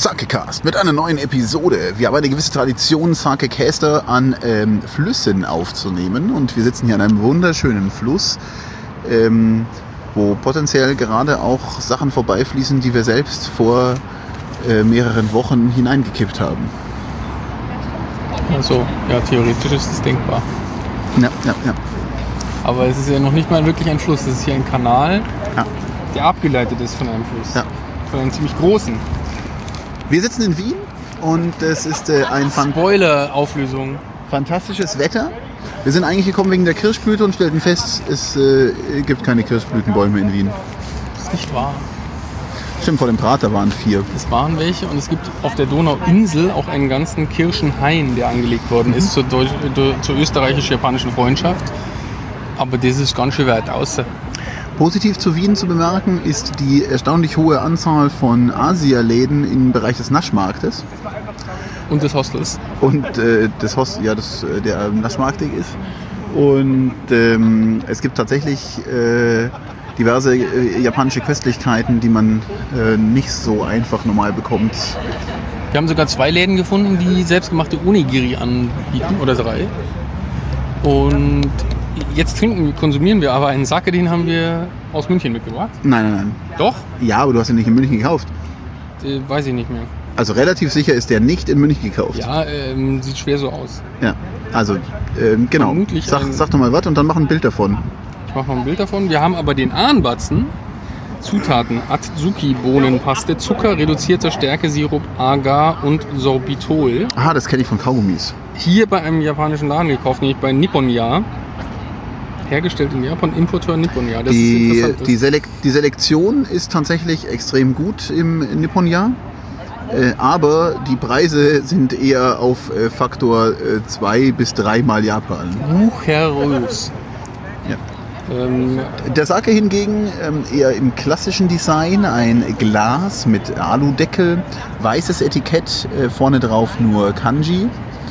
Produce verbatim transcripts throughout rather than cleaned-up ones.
Sakecast mit einer neuen Episode. Wir haben eine gewisse Tradition, Sakecaster an ähm, Flüssen aufzunehmen. Und wir sitzen hier an einem wunderschönen Fluss, ähm, wo potenziell gerade auch Sachen vorbeifließen, die wir selbst vor äh, mehreren Wochen hineingekippt haben. Also, ja, theoretisch ist es denkbar. Ja, ja, ja. Aber es ist ja noch nicht mal wirklich ein Fluss. Es ist hier ein Kanal, ja. der abgeleitet ist von einem Fluss. Ja. Von einem ziemlich großen. Wir sitzen in Wien und es ist äh, ein fan- Spoiler-Auflösung. fantastisches Wetter. Wir sind eigentlich gekommen wegen der Kirschblüte und stellten fest, es äh, gibt keine Kirschblütenbäume in Wien. Das ist nicht wahr. Stimmt, vor dem Prater waren vier. Es waren welche und es gibt auf der Donauinsel auch einen ganzen Kirschenhain, der angelegt worden ist zur, Deutsch- zur österreichisch-japanischen Freundschaft. Aber das ist ganz schön weit außer. Positiv zu Wien zu bemerken ist die erstaunlich hohe Anzahl von Asia-Läden im Bereich des Naschmarktes. Und des Hostels. Und äh, des Host, ja, das, äh, der naschmarktig ist. Und ähm, es gibt tatsächlich äh, diverse äh, japanische Köstlichkeiten, die man äh, nicht so einfach normal bekommt. Wir haben sogar zwei Läden gefunden, die selbstgemachte Onigiri anbieten, oder drei. Und jetzt trinken, konsumieren wir aber einen Sake, den haben wir aus München mitgebracht. Nein, nein, nein. Doch? Ja, aber du hast ihn nicht in München gekauft. Äh, weiß ich nicht mehr. Also relativ sicher ist der nicht in München gekauft. Ja, ähm, sieht schwer so aus. Ja, also ähm, genau. Vermutlich Sag, ein- sag doch mal was und dann mach ein Bild davon. Ich mache mal ein Bild davon. Wir haben aber den Ahnbatzen. Zutaten: Atsuki-Bohnenpaste, Zucker, reduzierter Stärkesirup, Agar und Sorbitol. Aha, das kenne ich von Kaugummis. Hier bei einem japanischen Laden gekauft, nämlich bei Nippon-Ya. Hergestellt in Japan, Importeur Nippon-Ya. Das ist Die, interessant. die, Selek- die Selektion ist tatsächlich extrem gut im Nippon-Ya. Äh, aber die Preise sind eher auf äh, Faktor äh, zwei bis drei Mal Japan. Bucherös. Ja. Ähm, Der Sake hingegen ähm, eher im klassischen Design, ein Glas mit Aludeckel, weißes Etikett, äh, vorne drauf nur Kanji.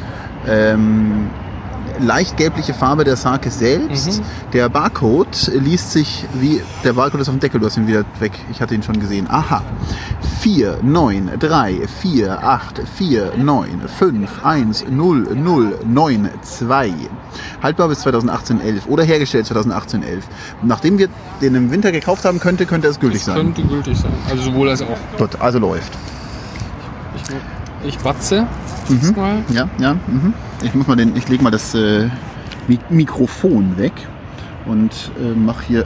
Ähm, leicht gelbliche Farbe der Sake selbst. Mhm. Der Barcode liest sich wie, der Barcode ist auf dem Deckel, du hast ihn wieder weg, ich hatte ihn schon gesehen. Aha, vier neun drei vier acht vier neun fünf eins null null neun zwei. Haltbar bis zweitausendachtzehn elf oder hergestellt zweitausendachtzehn elf. Nachdem wir den im Winter gekauft haben, könnte, könnte es gültig das sein. könnte gültig sein. Also sowohl als auch. Gut, also läuft. Ich, ich watze jetzt Mhm. mal. Ja, ja. Mhm. Ich muss mal den, ich lege mal das äh, Mi- Mikrofon weg und äh, mach hier.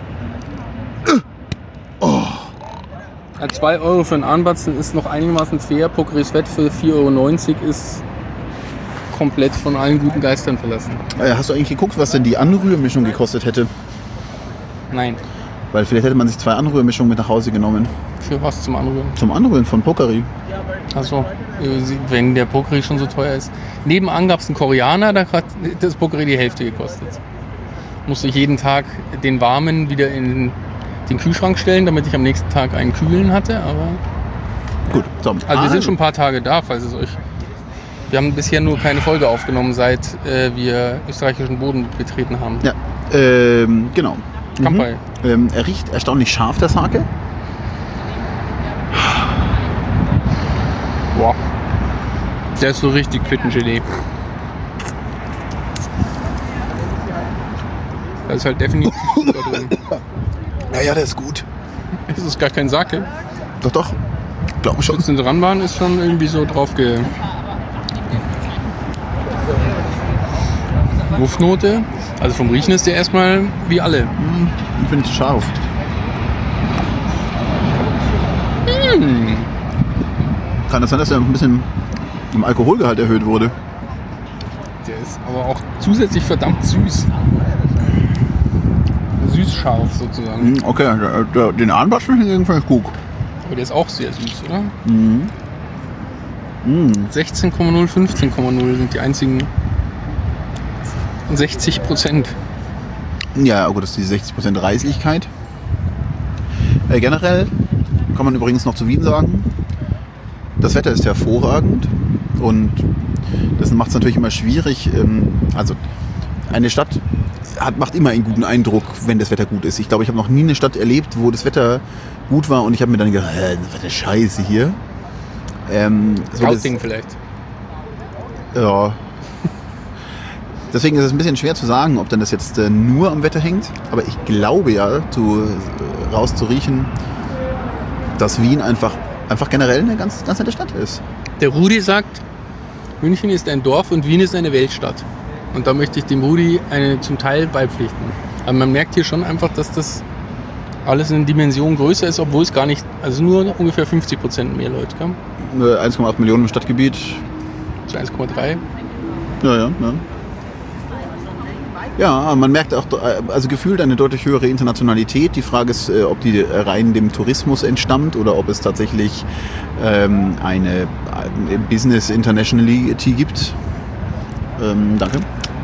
Ja, zwei Euro für einen Anbatzen ist noch einigermaßen fair. Pokeris Wett für vier Euro neunzig ist komplett von allen guten Geistern verlassen. Äh, hast du eigentlich geguckt, was denn die Anrührmischung gekostet hätte? Nein. Weil vielleicht hätte man sich zwei Anrührmischungen mit nach Hause genommen. Für was zum Anrühren? Zum Anrühren von Pokeri. Achso, wenn der Pokeri schon so teuer ist. Nebenan gab es einen Koreaner, da hat das Pokeri die Hälfte gekostet. Musste ich jeden Tag den warmen wieder in den Kühlschrank stellen, damit ich am nächsten Tag einen kühlen hatte. Aber Gut, so. also wir sind schon ein paar Tage da, falls es euch... Wir haben bisher nur keine Folge aufgenommen, seit äh, wir österreichischen Boden betreten haben. Ja, ähm, genau. Kampai. Mhm. Ähm, er riecht erstaunlich scharf, der Sake. Boah. Der ist so richtig Quittengelee. Da ist halt definitiv Zucker drin. Ja, ja, der ist gut. Es ist gar kein Sake. Doch, doch. Glaube schon. Sitzen dran waren, ist schon irgendwie so drauf ge... Muffnote. Also vom Riechen ist der erstmal wie alle. Hm, ich finde es scharf. Hm. Kann das sein, dass er ein bisschen im Alkoholgehalt erhöht wurde? Der ist aber auch zusätzlich verdammt süß. Süß-scharf sozusagen. Hm, okay, der, der, den Ahnbatzen hingegen finde ich gut. Aber der ist auch sehr süß, oder? Mhm. Mhm. sechzehn Komma null, fünfzehn Komma null sind die einzigen sechzig Prozent. Ja, gut, das ist die sechzig Prozent Reislichkeit. Äh, generell kann man übrigens noch zu Wien sagen, das Wetter ist hervorragend und das macht es natürlich immer schwierig. Ähm, also eine Stadt hat, macht immer einen guten Eindruck, wenn das Wetter gut ist. Ich glaube, ich habe noch nie eine Stadt erlebt, wo das Wetter gut war und ich habe mir dann gedacht, äh, das Wetter scheiße hier. Ähm, so Scouting vielleicht. Ja. Deswegen ist es ein bisschen schwer zu sagen, ob denn das jetzt äh, nur am Wetter hängt. Aber ich glaube ja, zu, äh, rauszuriechen, dass Wien einfach, einfach generell eine ganz, ganz nette Stadt ist. Der Rudi sagt, München ist ein Dorf und Wien ist eine Weltstadt. Und da möchte ich dem Rudi eine, zum Teil beipflichten. Aber man merkt hier schon einfach, dass das alles in Dimension größer ist, obwohl es gar nicht, also nur ungefähr fünfzig Prozent mehr Leute kamen. eins Komma acht Millionen im Stadtgebiet. Zu eins Komma drei. Ja, ja, ja. Ja, man merkt auch, also gefühlt eine deutlich höhere Internationalität. Die Frage ist, ob die rein dem Tourismus entstammt oder ob es tatsächlich ähm, eine, eine Business Internationality gibt. Ähm, danke.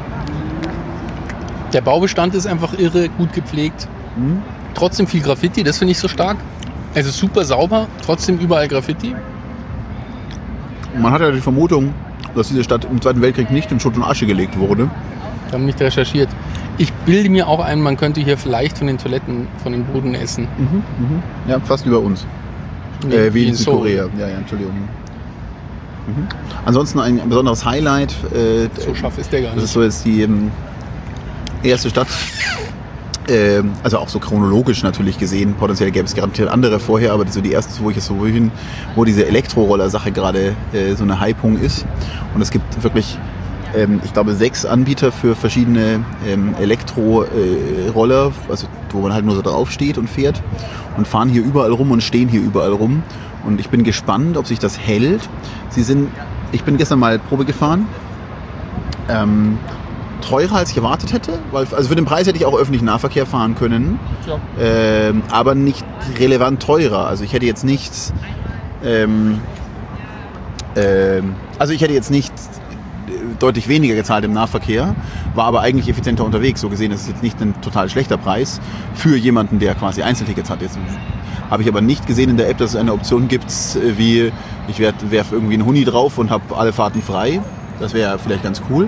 Der Baubestand ist einfach irre, gut gepflegt. Hm? Trotzdem viel Graffiti, das finde ich so stark. Es ist super sauber, trotzdem überall Graffiti. Man hat ja die Vermutung, dass diese Stadt im Zweiten Weltkrieg nicht in Schutt und Asche gelegt wurde. Wir haben nicht recherchiert. Ich bilde mir auch ein, man könnte hier vielleicht von den Toiletten, von dem Boden essen. Mhm, mhm. Ja, fast über uns. Nee, äh, wie in in Südkorea. Ja, ja, Entschuldigung. Mhm. Ansonsten ein besonderes Highlight. Äh, So scharf ist der gar das nicht. ist so jetzt die ähm, erste Stadt. Äh, also auch so chronologisch natürlich gesehen. Potenziell gäbe es garantiert andere vorher, aber so die erste, wo ich jetzt so hin, wo diese Elektroroller-Sache gerade äh, so eine Hypung ist. Und es gibt wirklich, ähm, ich glaube, sechs Anbieter für verschiedene ähm, Elektroroller, äh, also wo man halt nur so drauf steht und fährt und fahren hier überall rum und stehen hier überall rum. Und ich bin gespannt, ob sich das hält. Sie sind, ich bin gestern mal Probe gefahren. Ähm, teurer als ich erwartet hätte, weil also für den Preis hätte ich auch öffentlichen Nahverkehr fahren können, Ja. ähm, aber nicht relevant teurer. Also ich hätte jetzt nicht, ähm, ähm, also ich hätte jetzt nicht deutlich weniger gezahlt im Nahverkehr, war aber eigentlich effizienter unterwegs. So gesehen ist es jetzt nicht ein total schlechter Preis für jemanden, der quasi Einzeltickets hat. Jetzt habe ich aber nicht gesehen in der App, dass es eine Option gibt, wie ich werfe irgendwie einen Huni drauf und habe alle Fahrten frei. Das wäre vielleicht ganz cool.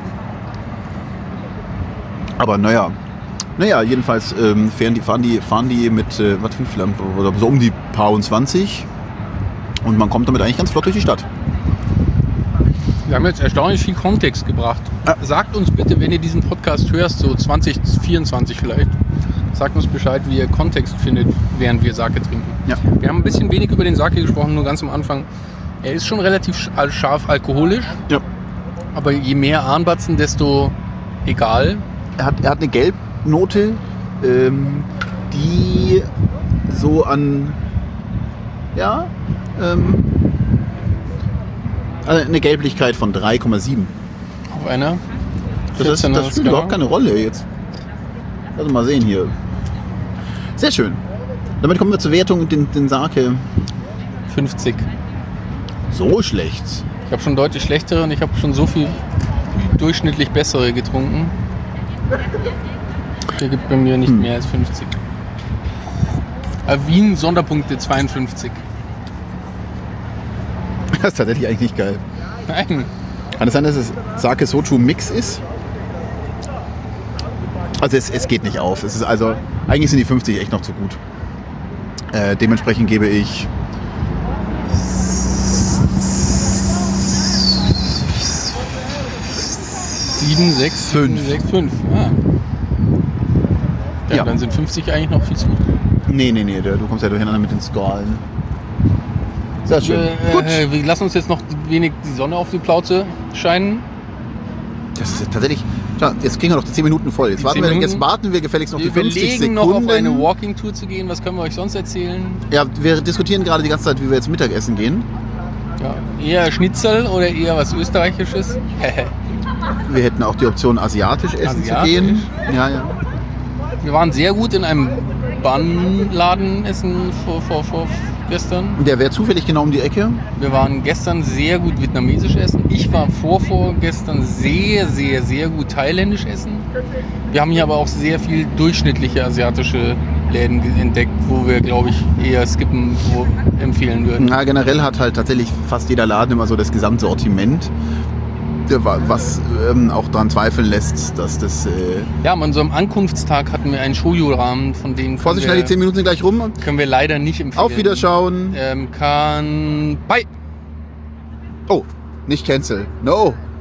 Aber naja, naja, jedenfalls ähm, fahren, die, fahren, die, fahren die mit, äh, was wie viel, oder so um die paar zwanzig und man kommt damit eigentlich ganz flott durch die Stadt. Wir haben jetzt erstaunlich viel Kontext gebracht. Ja. Sagt uns bitte, wenn ihr diesen Podcast hörst, so zwanzig vierundzwanzig vielleicht, sagt uns Bescheid, wie ihr Kontext findet, während wir Sake trinken. Ja. Wir haben ein bisschen wenig über den Sake gesprochen, nur ganz am Anfang. Er ist schon relativ scharf alkoholisch, Ja. aber je mehr Ahnbatzen, desto egal. Er hat, er hat eine Gelbnote, ähm, die so an, ja, ähm, also eine Gelblichkeit von drei Komma sieben. Auf einer Das, ist, das spielt überhaupt keine Rolle jetzt. Also mal sehen hier. Sehr schön. Damit kommen wir zur Wertung und den, den Sake. fünfzig. So schlecht. Ich habe schon deutlich schlechtere und ich habe schon so viel durchschnittlich bessere getrunken. Der gibt bei mir nicht Hm. mehr als fünfzig. Aber Wien Sonderpunkte zweiundfünfzig. Das ist tatsächlich eigentlich nicht geil. Nein. Kann es sein, dass es Sake Sochu Mix ist? Also es, es geht nicht auf. Es ist also, eigentlich sind die fünfzig echt noch zu gut. Äh, dementsprechend gebe ich sieben, sechs, Fünf. sechs, fünf. Ah. Ja, Ja. dann sind fünfzig eigentlich noch viel zu gut. Nee, nee, nee, du kommst ja durcheinander mit den Skalen. Sehr schön. Äh, Gut. äh, wir lassen uns jetzt noch wenig die Sonne auf die Plauze scheinen. Das ist ja tatsächlich. Schau, jetzt kriegen wir noch die zehn Minuten voll. Jetzt, Die warten zehn wir, Minuten? jetzt warten wir gefälligst noch Wir die fünfzig überlegen Sekunden. noch auf eine Walking-Tour zu gehen. Was können wir euch sonst erzählen? Ja, wir diskutieren gerade die ganze Zeit, wie wir jetzt Mittagessen gehen. Ja, eher Schnitzel oder eher was Österreichisches? Wir hätten auch die Option, asiatisch essen Asiatisch? zu gehen. Ja, ja. Wir waren sehr gut in einem Bannladen essen vor, vor, vor gestern. Der wäre zufällig genau um die Ecke. Wir waren gestern sehr gut vietnamesisch essen. Ich war vor, vorgestern sehr, sehr, sehr gut thailändisch essen. Wir haben hier aber auch sehr viel durchschnittliche asiatische Läden ge- entdeckt, wo wir, glaube ich, eher skippen wo empfehlen würden. Na, generell hat halt tatsächlich fast jeder Laden immer so das Gesamtsortiment, was ähm, auch daran zweifeln lässt, dass das... Äh Ja, an unserem Ankunftstag hatten wir einen Shoujo-Rahmen, von denen können Vorsicht, schnell, die zehn wir, Minuten sind gleich rum. können wir leider nicht empfehlen. Auf Wiederschauen. Ähm, kann... Bye! Oh, nicht cancel. No.